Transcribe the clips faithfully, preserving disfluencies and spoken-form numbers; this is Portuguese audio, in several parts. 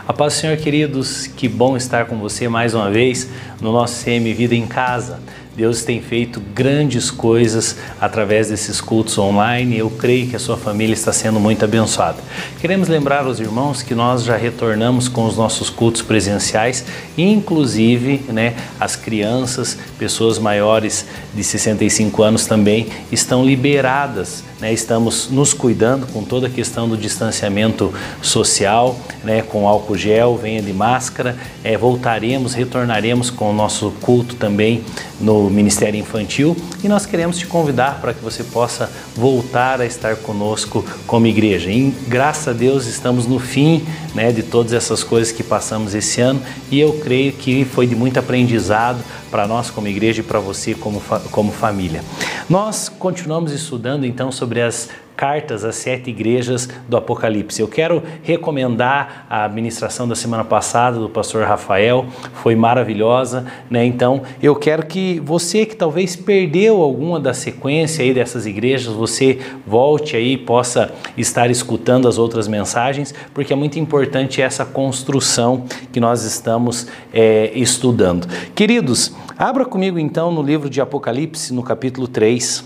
A paz do Senhor, queridos, que bom estar com você mais uma vez no nosso C M Vida em Casa. Deus tem feito grandes coisas através desses cultos online. Eu creio que a sua família está sendo muito abençoada. Queremos lembrar aos irmãos que nós já retornamos com os nossos cultos presenciais, inclusive, né, as crianças, pessoas maiores de sessenta e cinco anos também estão liberadas, né? Estamos nos cuidando com toda a questão do distanciamento social, né, com álcool gel, venha de máscara. É, voltaremos, retornaremos com o nosso culto também no Ministério Infantil, e nós queremos te convidar para que você possa voltar a estar conosco como igreja. E graças a Deus estamos no fim, né, de todas essas coisas que passamos esse ano, e eu creio que foi de muito aprendizado para nós como igreja e para você como, fa como família. Nós continuamos estudando então sobre as cartas às sete igrejas do Apocalipse. Eu quero recomendar a ministração da semana passada do pastor Rafael, foi maravilhosa, né? Então eu quero que você que talvez perdeu alguma da sequência aí dessas igrejas, você volte aí e possa estar escutando as outras mensagens, porque é muito importante essa construção que nós estamos é, estudando. Queridos, abra comigo então no livro de Apocalipse, no capítulo três.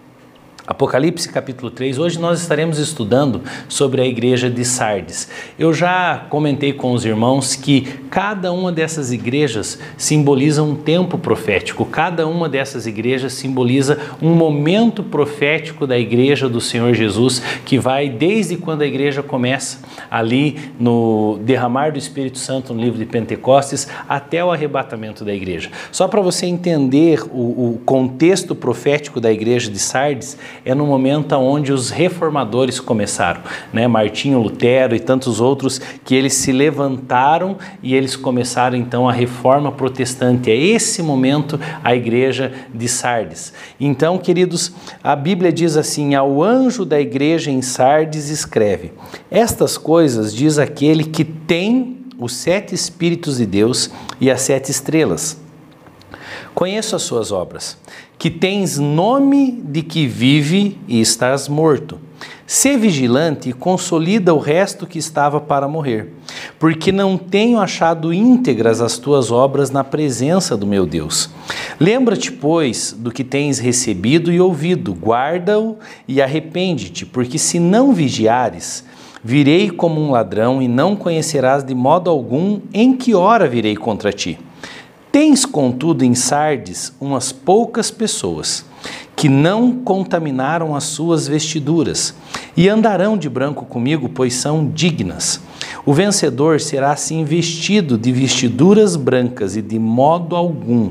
Apocalipse capítulo três, hoje nós estaremos estudando sobre a igreja de Sardes. Eu já comentei com os irmãos que cada uma dessas igrejas simboliza um tempo profético, cada uma dessas igrejas simboliza um momento profético da igreja do Senhor Jesus, que vai desde quando a igreja começa ali no derramar do Espírito Santo no livro de Pentecostes até o arrebatamento da igreja. Só para você entender o, o contexto profético da igreja de Sardes, é no momento onde os reformadores começaram, né? Martinho Lutero e tantos outros, que eles se levantaram e eles começaram então a reforma protestante. É esse momento a igreja de Sardes. Então, queridos, a Bíblia diz assim: ao anjo da igreja em Sardes escreve: estas coisas diz aquele que tem os sete Espíritos de Deus e as sete estrelas. Conheço as suas obras, que tens nome de que vive e estás morto. Sê vigilante e consolida o resto que estava para morrer, porque não tenho achado íntegras as tuas obras na presença do meu Deus. Lembra-te, pois, do que tens recebido e ouvido, guarda-o e arrepende-te, porque se não vigiares, virei como um ladrão e não conhecerás de modo algum em que hora virei contra ti. Tens, contudo, em Sardes umas poucas pessoas que não contaminaram as suas vestiduras e andarão de branco comigo, pois são dignas. O vencedor será assim vestido de vestiduras brancas e de modo algum,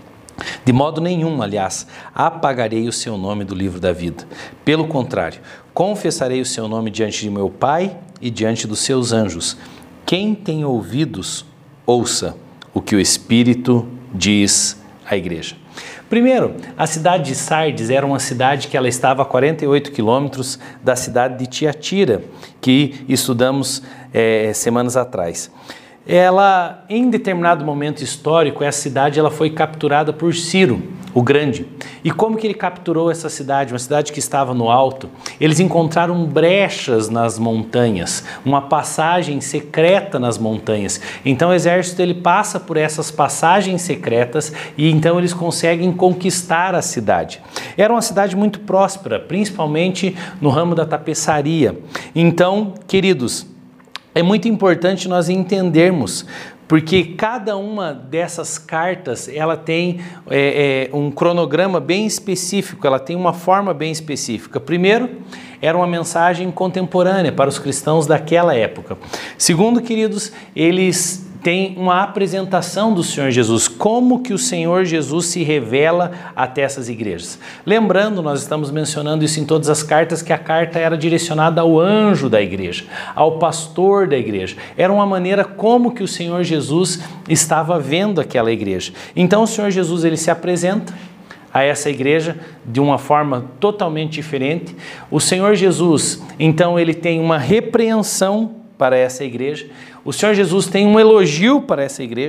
de modo nenhum, aliás, apagarei o seu nome do livro da vida. Pelo contrário, confessarei o seu nome diante de meu Pai e diante dos seus anjos. Quem tem ouvidos, ouça o que o Espírito diz à igreja. Primeiro, a cidade de Sardes era uma cidade que ela estava a quarenta e oito quilômetros da cidade de Tiatira, que estudamos é, semanas atrás. Ela, em determinado momento histórico, essa cidade ela foi capturada por Ciro, o Grande. E como que ele capturou essa cidade? Uma cidade que estava no alto. Eles encontraram brechas nas montanhas, uma passagem secreta nas montanhas. Então o exército ele passa por essas passagens secretas e então eles conseguem conquistar a cidade. Era uma cidade muito próspera, principalmente no ramo da tapeçaria. Então, queridos, é muito importante nós entendermos, porque cada uma dessas cartas ela tem é, é, um cronograma bem específico, ela tem uma forma bem específica. Primeiro, era uma mensagem contemporânea para os cristãos daquela época. Segundo, queridos, eles têm uma apresentação do Senhor Jesus, como que o Senhor Jesus se revela até essas igrejas. Lembrando, nós estamos mencionando isso em todas as cartas, que a carta era direcionada ao anjo da igreja, ao pastor da igreja. Era uma maneira como que o Senhor Jesus estava vendo aquela igreja. Então o Senhor Jesus ele se apresenta a essa igreja de uma forma totalmente diferente. O Senhor Jesus, então, ele tem uma repreensão para essa igreja. O Senhor Jesus tem um elogio para essa igreja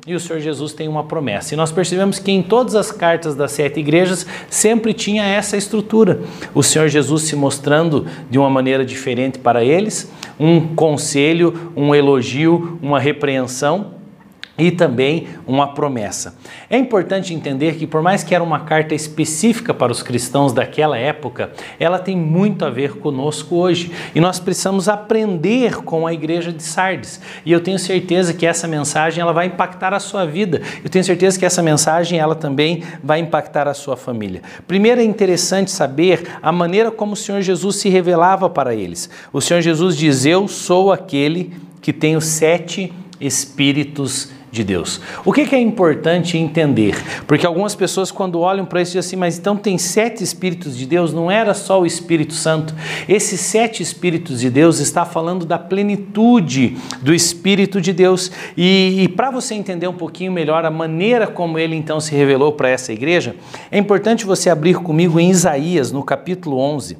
e o Senhor Jesus tem uma promessa. E nós percebemos que em todas as cartas das sete igrejas sempre tinha essa estrutura. O Senhor Jesus se mostrando de uma maneira diferente para eles, um conselho, um elogio, uma repreensão e também uma promessa. É importante entender que, por mais que era uma carta específica para os cristãos daquela época, ela tem muito a ver conosco hoje. E nós precisamos aprender com a igreja de Sardes. E eu tenho certeza que essa mensagem ela vai impactar a sua vida. Eu tenho certeza que essa mensagem ela também vai impactar a sua família. Primeiro é interessante saber a maneira como o Senhor Jesus se revelava para eles. O Senhor Jesus diz: eu sou aquele que tem os sete Espíritos de Deus. O que, que é importante entender? Porque algumas pessoas quando olham para isso dizem assim, mas então tem sete Espíritos de Deus, não era só o Espírito Santo. Esses sete Espíritos de Deus está falando da plenitude do Espírito de Deus. E, e para você entender um pouquinho melhor a maneira como ele então se revelou para essa igreja, é importante você abrir comigo em Isaías, no capítulo onze.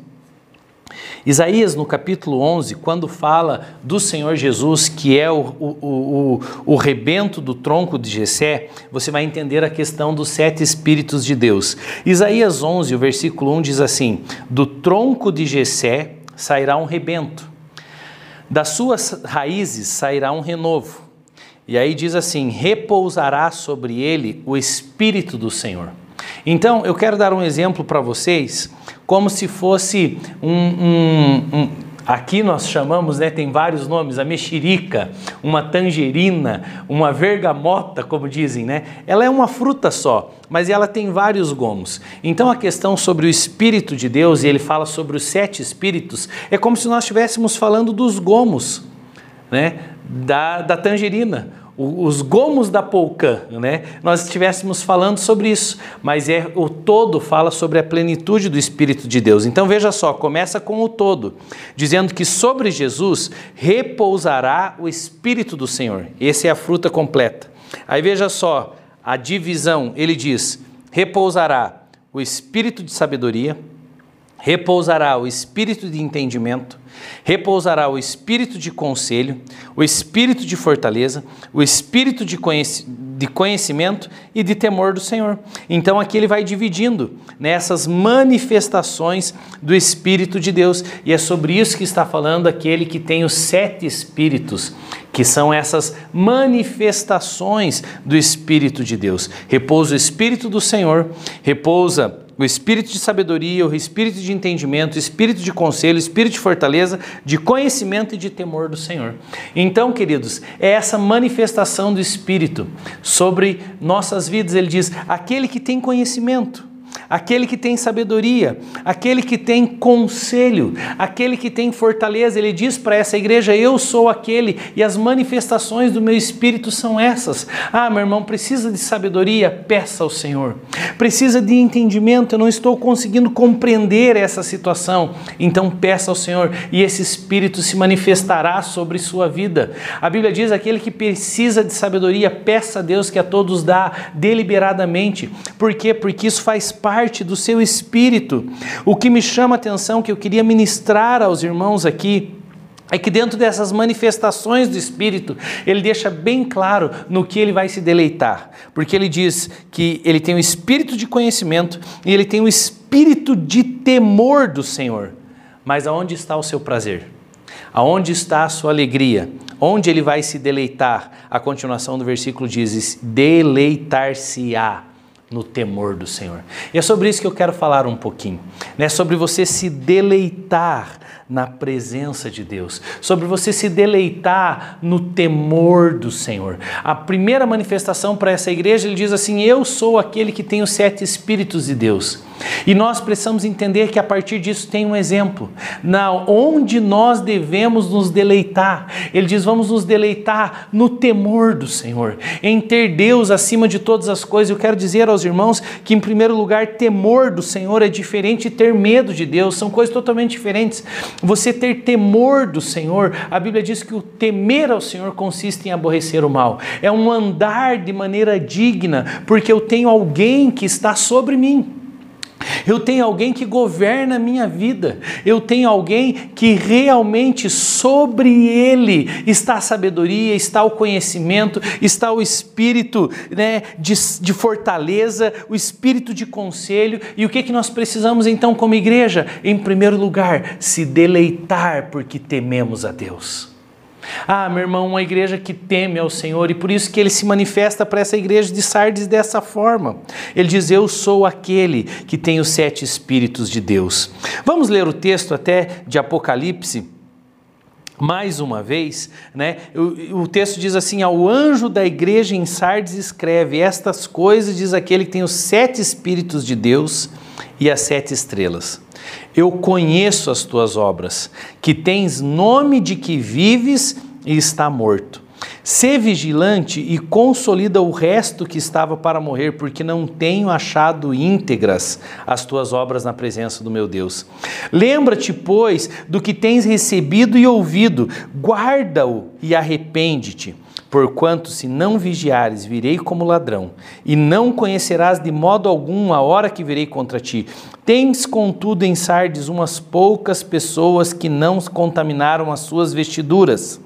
Isaías, no capítulo onze, quando fala do Senhor Jesus, que é o, o, o, o rebento do tronco de Jessé, você vai entender a questão dos sete Espíritos de Deus. Isaías onze, o versículo um diz assim: do tronco de Jessé sairá um rebento, das suas raízes sairá um renovo. E aí diz assim: repousará sobre ele o Espírito do Senhor. Então, eu quero dar um exemplo para vocês, como se fosse um, um, um aqui nós chamamos, né, tem vários nomes, a mexerica, uma tangerina, uma vergamota, como dizem, né? Ela é uma fruta só, mas ela tem vários gomos. Então a questão sobre o Espírito de Deus, e ele fala sobre os sete Espíritos, é como se nós estivéssemos falando dos gomos, né, da, da tangerina. Os gomos da polcã, né? Nós estivéssemos falando sobre isso, mas é o todo fala sobre a plenitude do Espírito de Deus. Então veja só, começa com o todo, dizendo que sobre Jesus repousará o Espírito do Senhor. Essa é a fruta completa. Aí veja só, a divisão, ele diz, repousará o Espírito de sabedoria, repousará o Espírito de entendimento, repousará o Espírito de conselho, o Espírito de fortaleza, o Espírito de, conheci- de conhecimento e de temor do Senhor. Então aqui ele vai dividindo nessas manifestações do Espírito de Deus, e é sobre isso que está falando aquele que tem os sete Espíritos, que são essas manifestações do Espírito de Deus. Repousa o Espírito do Senhor, repousa o Espírito de sabedoria, o Espírito de entendimento, o Espírito de conselho, o Espírito de fortaleza, de conhecimento e de temor do Senhor. Então, queridos, é essa manifestação do Espírito sobre nossas vidas. Ele diz, aquele que tem conhecimento, aquele que tem sabedoria, aquele que tem conselho, aquele que tem fortaleza. Ele diz para essa igreja, eu sou aquele, e as manifestações do meu Espírito são essas. Ah, meu irmão, precisa de sabedoria? Peça ao Senhor. Precisa de entendimento? Eu não estou conseguindo compreender essa situação. Então peça ao Senhor, e esse Espírito se manifestará sobre sua vida. A Bíblia diz, aquele que precisa de sabedoria, peça a Deus, que a todos dá deliberadamente. Por quê? Porque isso faz parte do seu espírito. O que me chama a atenção, que eu queria ministrar aos irmãos aqui, é que dentro dessas manifestações do Espírito, ele deixa bem claro no que ele vai se deleitar. Porque ele diz que ele tem o Espírito de conhecimento e ele tem o Espírito de temor do Senhor. Mas aonde está o seu prazer? Aonde está a sua alegria? Onde ele vai se deleitar? A continuação do versículo diz, deleitar-se-á no temor do Senhor. E é sobre isso que eu quero falar um pouquinho, né? Sobre você se deleitar na presença de Deus, sobre você se deleitar no temor do Senhor. A primeira manifestação para essa igreja, ele diz assim, eu sou aquele que tem os sete Espíritos de Deus. E nós precisamos entender que a partir disso tem um exemplo, na onde nós devemos nos deleitar. Ele diz, vamos nos deleitar no temor do Senhor, em ter Deus acima de todas as coisas. Eu quero dizer aos irmãos que, em primeiro lugar, temor do Senhor é diferente de ter medo de Deus, são coisas totalmente diferentes. Você ter temor do Senhor, a Bíblia diz que o temer ao Senhor consiste em aborrecer o mal, é um andar de maneira digna, porque eu tenho alguém que está sobre mim. Eu tenho alguém que governa a minha vida. Eu tenho alguém que realmente sobre ele está a sabedoria, está o conhecimento, está o espírito, né, de, de fortaleza, o espírito de conselho. E o que, que nós precisamos então como igreja? Em primeiro lugar, se deleitar porque tememos a Deus. Ah, meu irmão, uma igreja que teme ao Senhor, e por isso que ele se manifesta para essa igreja de Sardes dessa forma. Ele diz: eu sou aquele que tem os sete Espíritos de Deus. Vamos ler o texto até de Apocalipse, mais uma vez, né? O, o texto diz assim: ao anjo da igreja em Sardes escreve, estas coisas diz aquele que tem os sete Espíritos de Deus e as sete estrelas. Eu conheço as tuas obras, que tens nome de que vives e está morto. Sê vigilante e consolida o resto que estava para morrer, porque não tenho achado íntegras as tuas obras na presença do meu Deus. Lembra-te, pois, do que tens recebido e ouvido, guarda-o e arrepende-te. Porquanto, se não vigiares, virei como ladrão, e não conhecerás de modo algum a hora que virei contra ti. Tens, contudo, em Sardes umas poucas pessoas que não contaminaram as suas vestiduras,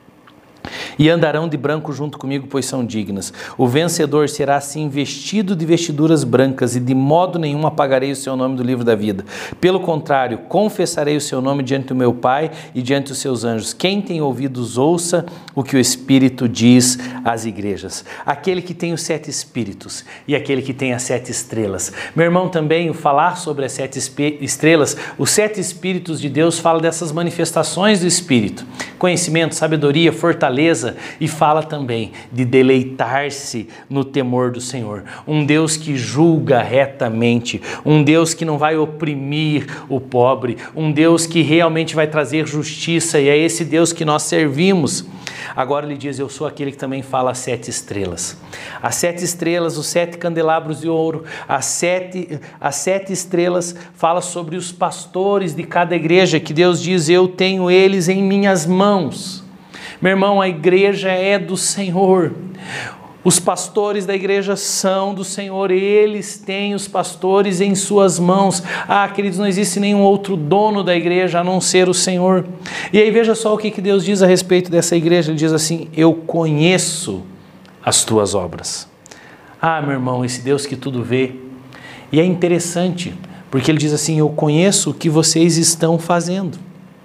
e andarão de branco junto comigo, pois são dignas. O vencedor será assim vestido de vestiduras brancas, e de modo nenhum apagarei o seu nome do livro da vida. Pelo contrário, confessarei o seu nome diante do meu Pai e diante dos seus anjos. Quem tem ouvidos, ouça o que o Espírito diz às igrejas. Aquele que tem os sete Espíritos e aquele que tem as sete estrelas. Meu irmão, também o falar sobre as sete estrelas, os sete Espíritos de Deus fala dessas manifestações do Espírito. Conhecimento, sabedoria, fortaleza, e fala também de deleitar-se no temor do Senhor. Um Deus que julga retamente, um Deus que não vai oprimir o pobre, um Deus que realmente vai trazer justiça, e é esse Deus que nós servimos. Agora ele diz: eu sou aquele que também fala as sete estrelas. As sete estrelas, os sete candelabros de ouro, as sete, as sete estrelas fala sobre os pastores de cada igreja, que Deus diz: eu tenho eles em minhas mãos. Meu irmão, a igreja é do Senhor. Os pastores da igreja são do Senhor, eles têm os pastores em suas mãos. Ah, queridos, não existe nenhum outro dono da igreja a não ser o Senhor. E aí veja só o que Deus diz a respeito dessa igreja. Ele diz assim: eu conheço as tuas obras. Ah, meu irmão, esse Deus que tudo vê. E é interessante, porque ele diz assim: eu conheço o que vocês estão fazendo.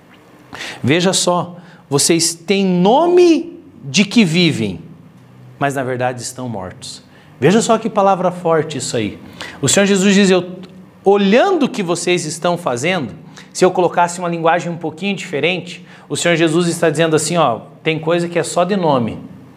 Veja só, vocês têm nome de que vivem, mas na verdade estão mortos. Veja só que palavra forte isso aí. O Senhor Jesus diz: eu, olhando o que vocês estão fazendo, se eu colocasse uma linguagem um pouquinho diferente, o Senhor Jesus está dizendo assim, ó, tem coisa que é só de nome,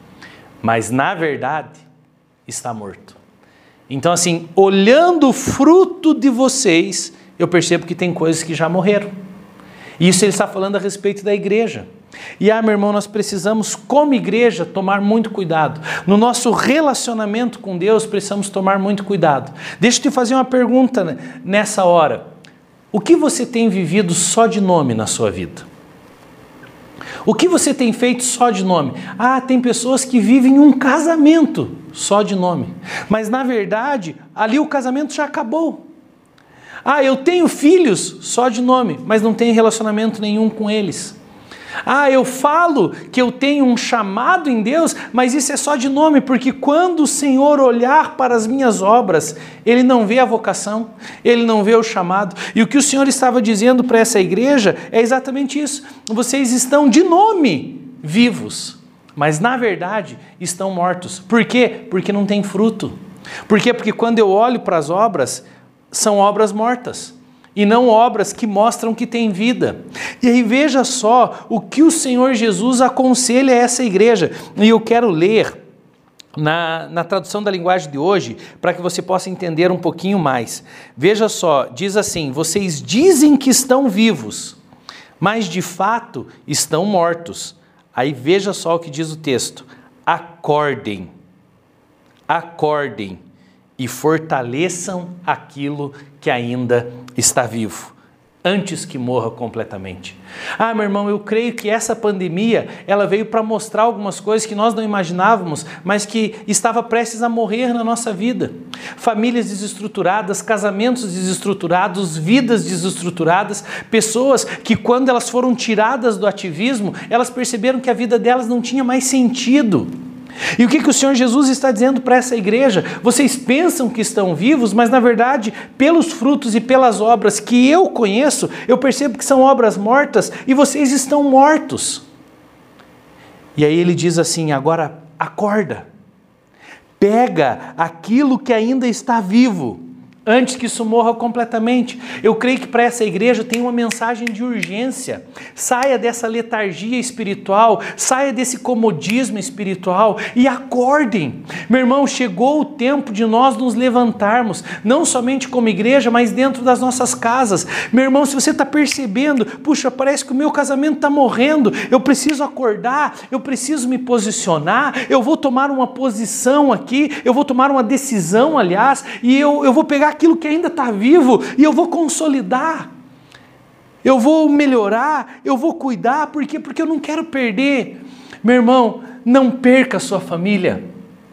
mas na verdade está morto. Então assim, olhando o fruto de vocês, eu percebo que tem coisas que já morreram. Isso ele está falando a respeito da igreja. E ah, meu irmão, nós precisamos, como igreja, tomar muito cuidado. No nosso relacionamento com Deus, precisamos tomar muito cuidado. Deixa eu te fazer uma pergunta nessa hora. O que você tem vivido só de nome na sua vida? O que você tem feito só de nome? Ah, tem pessoas que vivem um casamento só de nome. Mas na verdade, ali o casamento já acabou. Ah, eu tenho filhos só de nome, mas não tenho relacionamento nenhum com eles. Ah, eu falo que eu tenho um chamado em Deus, mas isso é só de nome, porque quando o Senhor olhar para as minhas obras, Ele não vê a vocação, Ele não vê o chamado. E o que o Senhor estava dizendo para essa igreja é exatamente isso. Vocês estão de nome vivos, mas na verdade estão mortos. Por quê? Porque não tem fruto. Por quê? Porque quando eu olho para as obras, são obras mortas. E não obras que mostram que tem vida. E aí veja só o que o Senhor Jesus aconselha a essa igreja. E eu quero ler na, na tradução da linguagem de hoje, para que você possa entender um pouquinho mais. Veja só, diz assim: vocês dizem que estão vivos, mas de fato estão mortos. Aí veja só o que diz o texto: acordem, acordem e fortaleçam aquilo que ainda está vivo. antes que morra completamente. Ah, meu irmão, eu creio que essa pandemia, ela veio para mostrar algumas coisas que nós não imaginávamos, mas que estava prestes a morrer na nossa vida. Famílias desestruturadas, casamentos desestruturados, vidas desestruturadas, pessoas que quando elas foram tiradas do ativismo, elas perceberam que a vida delas não tinha mais sentido. E o que, que o Senhor Jesus está dizendo para essa igreja? Vocês pensam que estão vivos, mas na verdade, pelos frutos e pelas obras que eu conheço, eu percebo que são obras mortas e vocês estão mortos. E aí ele diz assim, agora acorda, pega aquilo que ainda está vivo, antes que isso morra completamente. Eu creio que para essa igreja tem uma mensagem de urgência. Saia dessa letargia espiritual, saia desse comodismo espiritual e acordem. Meu irmão, chegou o tempo de nós nos levantarmos, não somente como igreja, mas dentro das nossas casas. Meu irmão, se você está percebendo, puxa, parece que o meu casamento está morrendo, eu preciso acordar, eu preciso me posicionar, eu vou tomar uma posição aqui, eu vou tomar uma decisão, aliás, e eu, eu vou pegar aquilo que ainda está vivo e eu vou consolidar, eu vou melhorar, eu vou cuidar, por quê? Porque eu não quero perder. Meu irmão, não perca a sua família,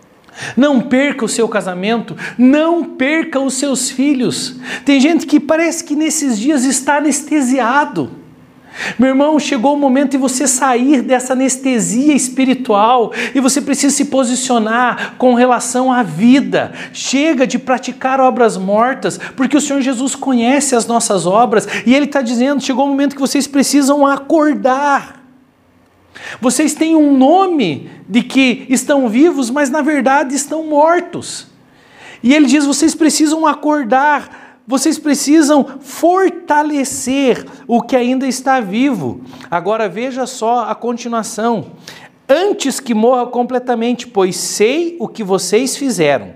não perca o seu casamento, não perca os seus filhos. Tem gente que parece que nesses dias está anestesiado. Meu irmão, chegou o momento de você sair dessa anestesia espiritual e você precisa se posicionar com relação à vida. Chega de praticar obras mortas, porque o Senhor Jesus conhece as nossas obras e Ele está dizendo, chegou o momento que vocês precisam acordar. Vocês têm um nome de que estão vivos, mas na verdade estão mortos. E Ele diz, vocês precisam acordar. Vocês precisam fortalecer o que ainda está vivo. Agora veja só a continuação. Antes que morra completamente, pois sei o que vocês fizeram.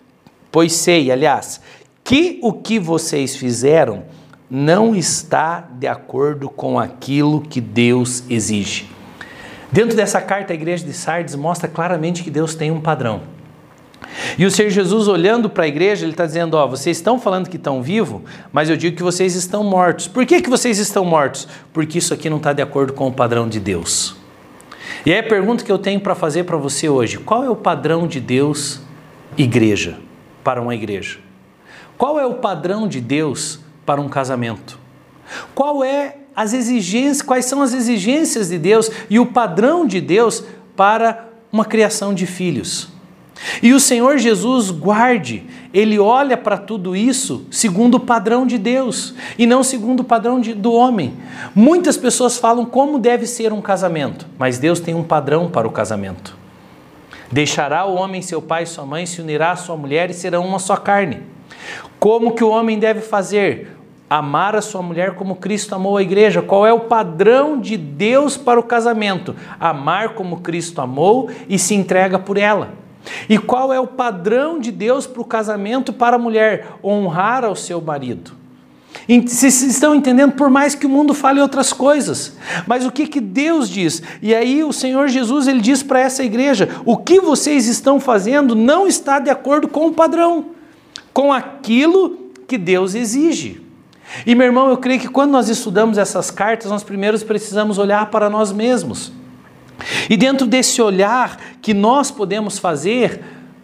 Pois sei, aliás, que o que vocês fizeram não está de acordo com aquilo que Deus exige. Dentro dessa carta, a igreja de Sardes mostra claramente que Deus tem um padrão. E o Senhor Jesus, olhando para a igreja, Ele está dizendo, ó, vocês estão falando que estão vivos, mas eu digo que vocês estão mortos. Por que que vocês estão mortos? Porque isso aqui não está de acordo com o padrão de Deus. E aí a pergunta que eu tenho para fazer para você hoje, qual é o padrão de Deus, igreja, para uma igreja? Qual é o padrão de Deus para um casamento? Qual é as exigências, quais são as exigências de Deus e o padrão de Deus para uma criação de filhos? E o Senhor Jesus, guarde, Ele olha para tudo isso segundo o padrão de Deus e não segundo o padrão de, do homem. Muitas pessoas falam como deve ser um casamento, mas Deus tem um padrão para o casamento. Deixará o homem seu pai e sua mãe, se unirá à sua mulher e serão uma só carne. Como que o homem deve fazer? Amar a sua mulher como Cristo amou a igreja. Qual é o padrão de Deus para o casamento? Amar como Cristo amou e se entrega por ela. E qual é o padrão de Deus para o casamento para a mulher? Honrar ao seu marido. Vocês estão entendendo? Por mais que o mundo fale outras coisas. Mas o que, que Deus diz? E aí o Senhor Jesus, Ele diz para essa igreja, o que vocês estão fazendo não está de acordo com o padrão, com aquilo que Deus exige. E meu irmão, eu creio que quando nós estudamos essas cartas, nós primeiro precisamos olhar para nós mesmos. E dentro desse olhar que nós podemos fazer,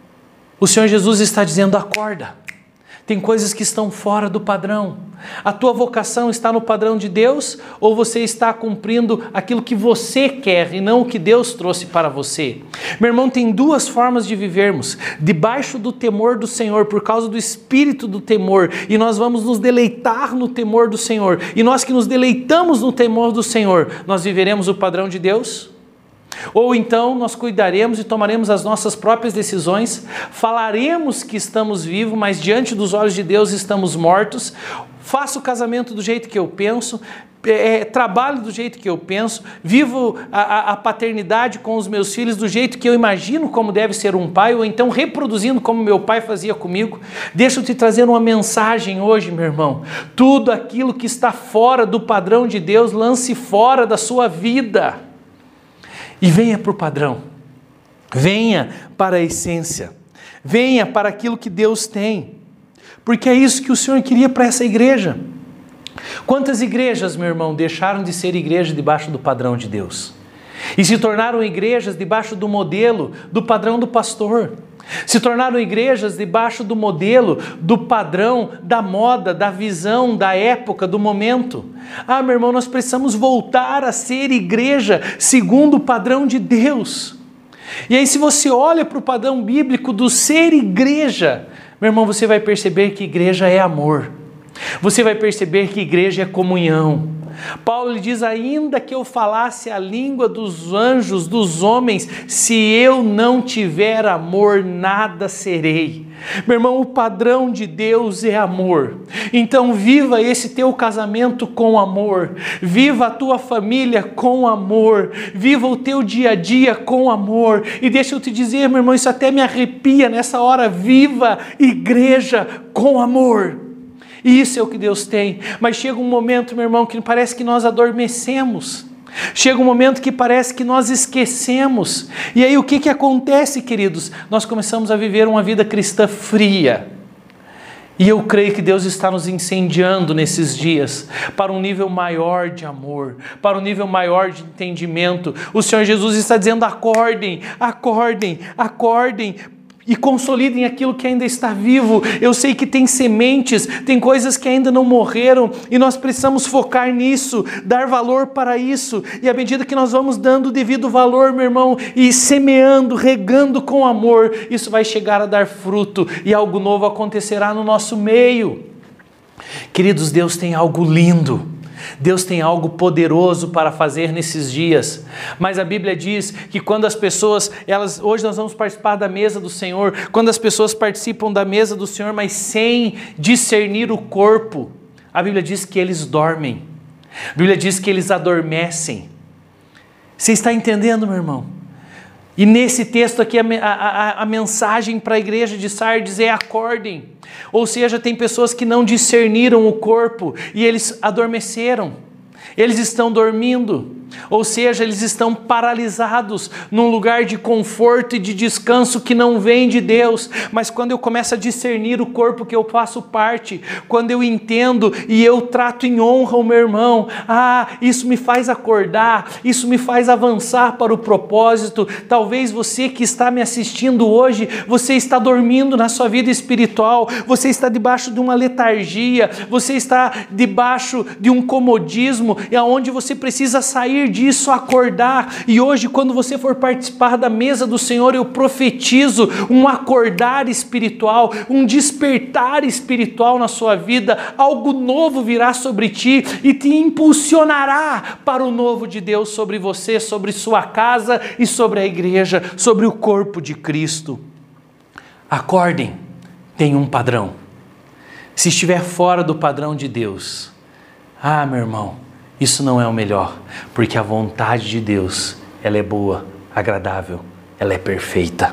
o Senhor Jesus está dizendo, acorda. Tem coisas que estão fora do padrão. A tua vocação está no padrão de Deus ou você está cumprindo aquilo que você quer e não o que Deus trouxe para você? Meu irmão, tem duas formas de vivermos. Debaixo do temor do Senhor, por causa do espírito do temor. E nós vamos nos deleitar no temor do Senhor. E nós que nos deleitamos no temor do Senhor, nós viveremos o padrão de Deus? Ou então nós cuidaremos e tomaremos as nossas próprias decisões, falaremos que estamos vivos, mas diante dos olhos de Deus estamos mortos, faço o casamento do jeito que eu penso, é, trabalho do jeito que eu penso, vivo a, a paternidade com os meus filhos do jeito que eu imagino como deve ser um pai, ou então reproduzindo como meu pai fazia comigo. Deixa eu te trazer uma mensagem hoje, meu irmão. Tudo aquilo que está fora do padrão de Deus, lance fora da sua vida. E venha para o padrão, venha para a essência, venha para aquilo que Deus tem, porque é isso que o Senhor queria para essa igreja. Quantas igrejas, meu irmão, deixaram de ser igreja debaixo do padrão de Deus e se tornaram igrejas debaixo do modelo, do padrão do pastor? Se tornaram igrejas debaixo do modelo, do padrão, da moda, da visão, da época, do momento. Ah, meu irmão, nós precisamos voltar a ser igreja segundo o padrão de Deus. E aí, se você olha para o padrão bíblico do ser igreja, meu irmão, você vai perceber que igreja é amor. Você vai perceber que igreja é comunhão. Paulo lhe diz, ainda que eu falasse a língua dos anjos, dos homens, se eu não tiver amor, nada serei. Meu irmão, o padrão de Deus é amor. Então viva esse teu casamento com amor. Viva a tua família com amor. Viva o teu dia a dia com amor. E deixa eu te dizer, meu irmão, isso até me arrepia nessa hora. Viva igreja com amor. E isso é o que Deus tem. Mas chega um momento, meu irmão, que parece que nós adormecemos. Chega um momento que parece que nós esquecemos. E aí o que, que acontece, queridos? Nós começamos a viver uma vida cristã fria. E eu creio que Deus está nos incendiando nesses dias para um nível maior de amor, para um nível maior de entendimento. O Senhor Jesus está dizendo, acordem, acordem, acordem. E consolidem aquilo que ainda está vivo. Eu sei que tem sementes, tem coisas que ainda não morreram e nós precisamos focar nisso, dar valor para isso. E à medida que nós vamos dando o devido valor, meu irmão, e semeando, regando com amor, isso vai chegar a dar fruto e algo novo acontecerá no nosso meio. Queridos, Deus tem algo lindo. Deus tem algo poderoso para fazer nesses dias, mas a Bíblia diz que quando as pessoas, elas, hoje nós vamos participar da mesa do Senhor, quando as pessoas participam da mesa do Senhor, mas sem discernir o corpo, a Bíblia diz que eles dormem, a Bíblia diz que eles adormecem. Você está entendendo, meu irmão? E nesse texto aqui, a, a, a mensagem para a igreja de Sardes é acordem. Ou seja, tem pessoas que não discerniram o corpo e eles adormeceram. Eles estão dormindo. Ou seja, eles estão paralisados num lugar de conforto e de descanso que não vem de Deus. Mas quando eu começo a discernir o corpo que eu faço parte, quando eu entendo e eu trato em honra o meu irmão, ah, isso me faz acordar, isso me faz avançar para o propósito. Talvez você que está me assistindo hoje, você está dormindo na sua vida espiritual, você está debaixo de uma letargia, você está debaixo de um comodismo, e aonde você precisa sair disso, acordar. E hoje, quando você for participar da mesa do Senhor, eu profetizo um acordar espiritual, um despertar espiritual na sua vida. Algo novo virá sobre ti e te impulsionará para o novo de Deus sobre você, sobre sua casa e sobre a igreja, sobre o corpo de Cristo. Acordem, tem um padrão. Se estiver fora do padrão de Deus, ah, meu irmão, isso não é o melhor, porque a vontade de Deus, ela é boa, agradável, ela é perfeita.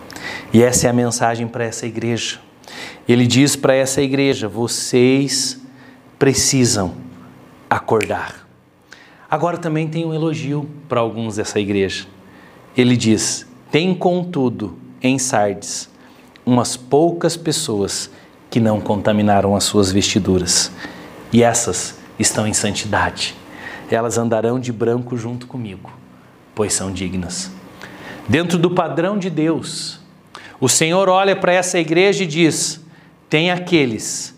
E essa é a mensagem para essa igreja. Ele diz para essa igreja, vocês precisam acordar. Agora também tem um elogio para alguns dessa igreja. Ele diz, tem contudo em Sardes umas poucas pessoas que não contaminaram as suas vestiduras. E essas estão em santidade. Elas andarão de branco junto comigo, pois são dignas. Dentro do padrão de Deus, o Senhor olha para essa igreja e diz, tem aqueles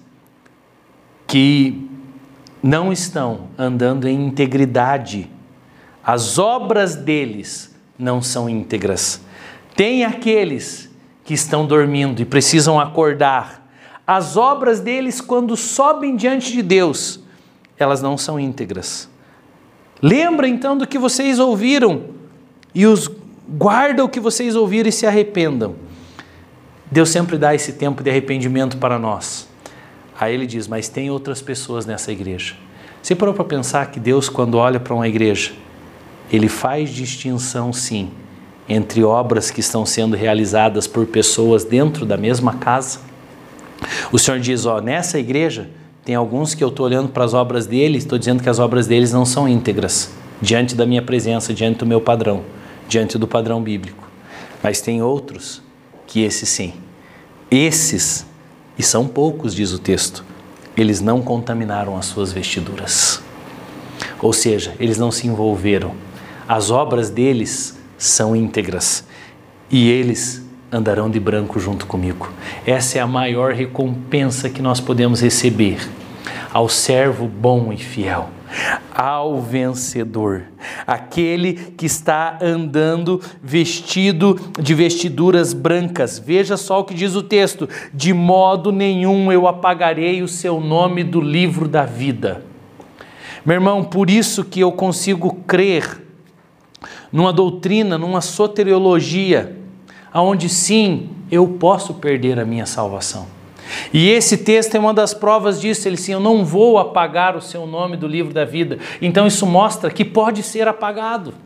que não estão andando em integridade, as obras deles não são íntegras. Tem aqueles que estão dormindo e precisam acordar. As obras deles, quando sobem diante de Deus, elas não são íntegras. Lembra então do que vocês ouviram e os guarda o que vocês ouviram e se arrependam. Deus sempre dá esse tempo de arrependimento para nós. Aí ele diz, mas tem outras pessoas nessa igreja. Você parou para pensar que Deus, quando olha para uma igreja, Ele faz distinção sim, entre obras que estão sendo realizadas por pessoas dentro da mesma casa? O Senhor diz, ó, nessa igreja, tem alguns que eu estou olhando para as obras deles, estou dizendo que as obras deles não são íntegras, diante da minha presença, diante do meu padrão, diante do padrão bíblico. Mas tem outros que esses sim. Esses, e são poucos, diz o texto, eles não contaminaram as suas vestiduras. Ou seja, eles não se envolveram. As obras deles são íntegras e eles andarão de branco junto comigo. Essa é a maior recompensa que nós podemos receber ao servo bom e fiel, ao vencedor, aquele que está andando vestido de vestiduras brancas. Veja só o que diz o texto: de modo nenhum eu apagarei o seu nome do livro da vida. Meu irmão, por isso que eu consigo crer numa doutrina, numa soteriologia, onde sim, eu posso perder a minha salvação. E esse texto é uma das provas disso. Ele diz assim: eu não vou apagar o seu nome do livro da vida. Então isso mostra que pode ser apagado.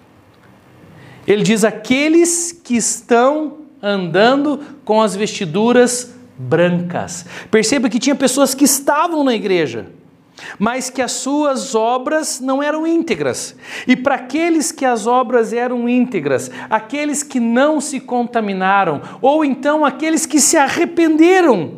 Ele diz: aqueles que estão andando com as vestiduras brancas. Perceba que tinha pessoas que estavam na igreja, mas que as suas obras não eram íntegras. E para aqueles que as obras eram íntegras, aqueles que não se contaminaram, ou então aqueles que se arrependeram,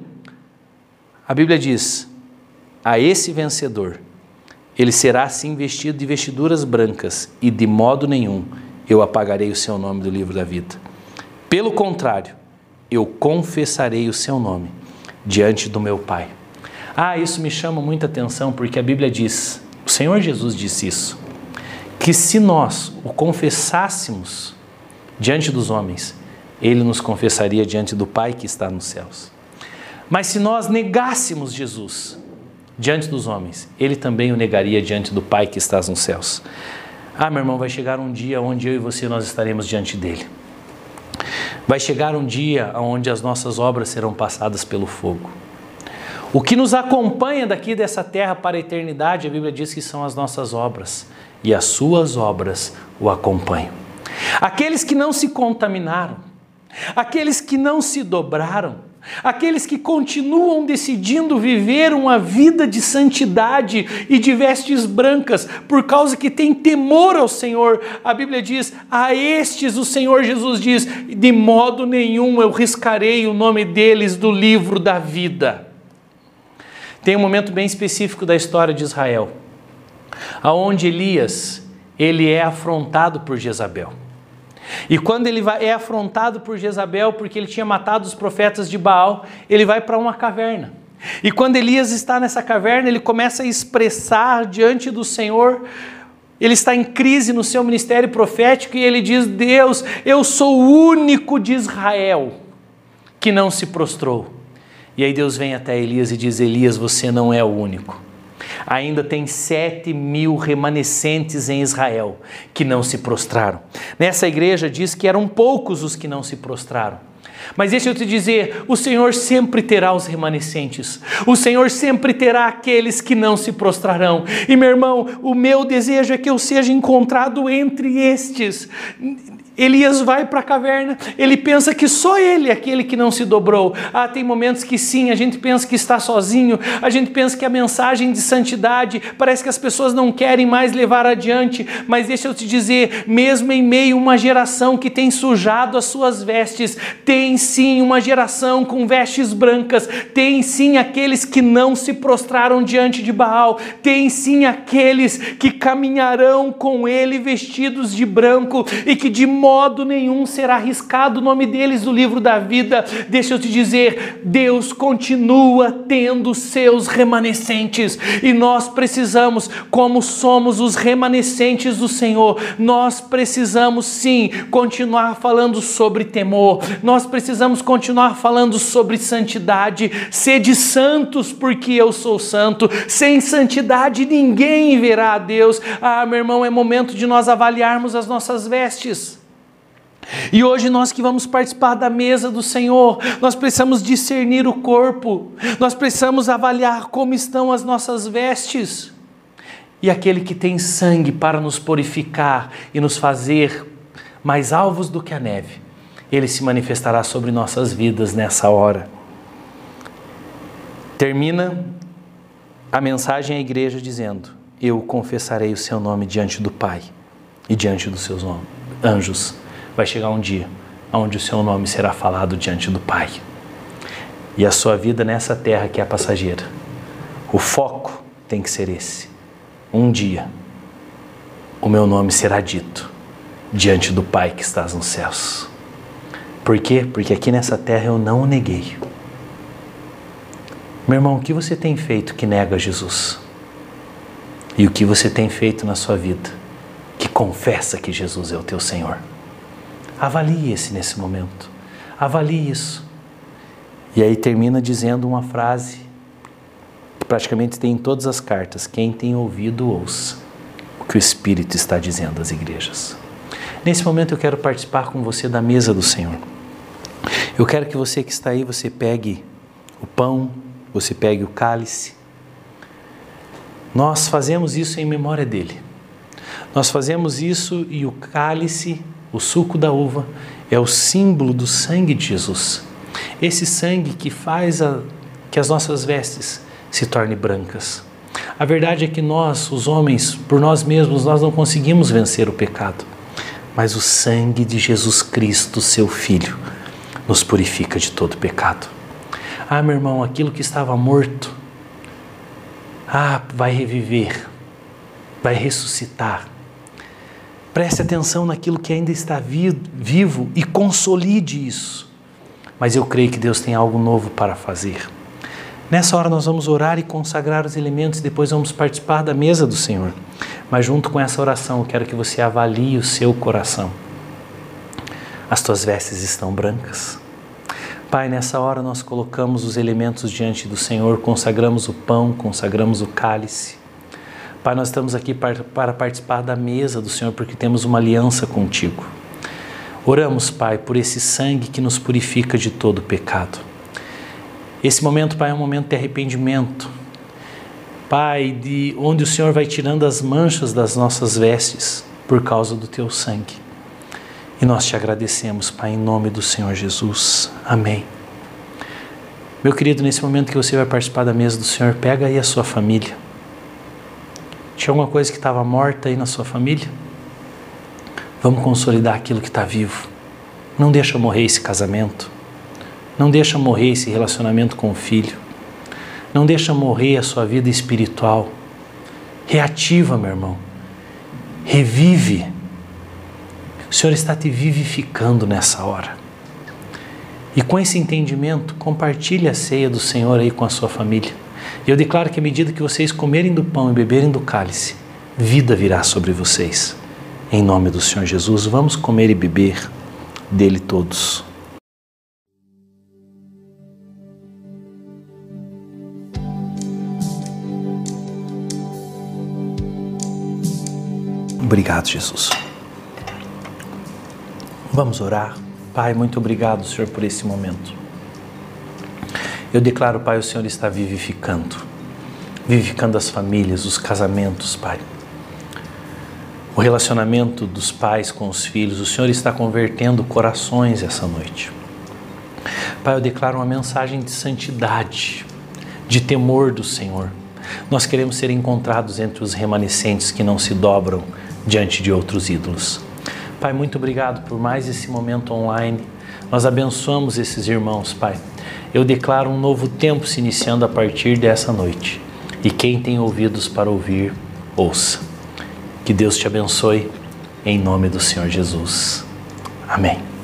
a Bíblia diz: a esse vencedor, ele será assim vestido de vestiduras brancas, e de modo nenhum eu apagarei o seu nome do livro da vida. Pelo contrário, eu confessarei o seu nome diante do meu Pai. Ah, isso me chama muita atenção, porque a Bíblia diz, o Senhor Jesus disse isso, que se nós o confessássemos diante dos homens, Ele nos confessaria diante do Pai que está nos céus. Mas se nós negássemos Jesus diante dos homens, Ele também o negaria diante do Pai que está nos céus. Ah, meu irmão, vai chegar um dia onde eu e você nós estaremos diante dEle. Vai chegar um dia onde as nossas obras serão passadas pelo fogo. O que nos acompanha daqui dessa terra para a eternidade, a Bíblia diz que são as nossas obras, e as suas obras o acompanham. Aqueles que não se contaminaram, aqueles que não se dobraram, aqueles que continuam decidindo viver uma vida de santidade e de vestes brancas, por causa que tem temor ao Senhor, a Bíblia diz: a estes o Senhor Jesus diz, de modo nenhum eu riscarei o nome deles do livro da vida. Tem um momento bem específico da história de Israel, aonde Elias, ele é afrontado por Jezabel. E quando ele vai, é afrontado por Jezabel, porque ele tinha matado os profetas de Baal, ele vai para uma caverna. E quando Elias está nessa caverna, ele começa a expressar diante do Senhor, ele está em crise no seu ministério profético, e ele diz: Deus, eu sou o único de Israel que não se prostrou. E aí Deus vem até Elias e diz: Elias, você não é o único. Ainda tem sete mil remanescentes em Israel que não se prostraram. Nessa igreja diz que eram poucos os que não se prostraram. Mas deixa eu te dizer, o Senhor sempre terá os remanescentes. O Senhor sempre terá aqueles que não se prostrarão. E meu irmão, o meu desejo é que eu seja encontrado entre estes. Elias vai para a caverna, ele pensa que só ele é aquele que não se dobrou. Ah, tem momentos que sim, a gente pensa que está sozinho, a gente pensa que a mensagem de santidade, parece que as pessoas não querem mais levar adiante, mas deixa eu te dizer, mesmo em meio a uma geração que tem sujado as suas vestes, tem sim uma geração com vestes brancas, tem sim aqueles que não se prostraram diante de Baal, tem sim aqueles que caminharão com ele vestidos de branco e que de modo nenhum será arriscado o nome deles do livro da vida. Deixa eu te dizer, Deus continua tendo seus remanescentes, e nós precisamos, como somos os remanescentes do Senhor, nós precisamos sim continuar falando sobre temor, nós precisamos continuar falando sobre santidade. Sede santos porque eu sou santo, sem santidade ninguém verá a Deus. Ah, meu irmão, é momento de nós avaliarmos as nossas vestes. E hoje nós que vamos participar da mesa do Senhor, nós precisamos discernir o corpo, nós precisamos avaliar como estão as nossas vestes. E aquele que tem sangue para nos purificar e nos fazer mais alvos do que a neve, ele se manifestará sobre nossas vidas nessa hora. Termina a mensagem à igreja dizendo: eu confessarei o seu nome diante do Pai e diante dos seus anjos. Vai chegar um dia onde o seu nome será falado diante do Pai. E a sua vida nessa terra que é passageira O foco tem que ser esse. Um dia, o meu nome será dito diante do Pai que estás nos céus. Por quê? Porque aqui nessa terra eu não o neguei. Meu irmão, o que você tem feito que nega Jesus? E o que você tem feito na sua vida que confessa que Jesus é o teu Senhor? Avalie esse nesse momento. Avalie isso. E aí termina dizendo uma frase que praticamente tem em todas as cartas. Quem tem ouvido, ouça o que o Espírito está dizendo às igrejas. Nesse momento eu quero participar com você da mesa do Senhor. Eu quero que você que está aí, você pegue o pão, você pegue o cálice. Nós fazemos isso em memória dele. Nós fazemos isso e o cálice, o suco da uva, é o símbolo do sangue de Jesus. Esse sangue que faz a, que as nossas vestes se tornem brancas. A verdade é que nós, os homens, por nós mesmos, nós não conseguimos vencer o pecado. Mas o sangue de Jesus Cristo, seu Filho, nos purifica de todo pecado. Ah, meu irmão, aquilo que estava morto, ah, vai reviver, vai ressuscitar. Preste atenção naquilo que ainda está vivo e consolide isso. Mas eu creio que Deus tem algo novo para fazer. Nessa hora nós vamos orar e consagrar os elementos, depois vamos participar da mesa do Senhor. Mas junto com essa oração, eu quero que você avalie o seu coração. As tuas vestes estão brancas? Pai, nessa hora nós colocamos os elementos diante do Senhor, consagramos o pão, consagramos o cálice. Pai, nós estamos aqui para, para participar da mesa do Senhor, porque temos uma aliança contigo. Oramos, Pai, por esse sangue que nos purifica de todo pecado. Esse momento, Pai, é um momento de arrependimento. Pai, de onde o Senhor vai tirando as manchas das nossas vestes por causa do Teu sangue. E nós Te agradecemos, Pai, em nome do Senhor Jesus. Amém. Meu querido, nesse momento que você vai participar da mesa do Senhor, pega aí a sua família. Tinha alguma coisa que estava morta aí na sua família? Vamos consolidar aquilo que está vivo. Não deixa morrer esse casamento. Não deixa morrer esse relacionamento com o filho. Não deixa morrer a sua vida espiritual. Reativa, meu irmão. Revive. O Senhor está te vivificando nessa hora. E com esse entendimento, compartilhe a ceia do Senhor aí com a sua família. E eu declaro que à medida que vocês comerem do pão e beberem do cálice, vida virá sobre vocês. Em nome do Senhor Jesus, vamos comer e beber dele todos. Obrigado, Jesus. Vamos orar. Pai, muito obrigado, Senhor, por esse momento. Eu declaro, Pai, o Senhor está vivificando. Vivificando as famílias, os casamentos, Pai. O relacionamento dos pais com os filhos. O Senhor está convertendo corações essa noite. Pai, eu declaro uma mensagem de santidade, de temor do Senhor. Nós queremos ser encontrados entre os remanescentes que não se dobram diante de outros ídolos. Pai, muito obrigado por mais esse momento online. Nós abençoamos esses irmãos, Pai. Eu declaro um novo tempo se iniciando a partir dessa noite. E quem tem ouvidos para ouvir, ouça. Que Deus te abençoe, em nome do Senhor Jesus. Amém.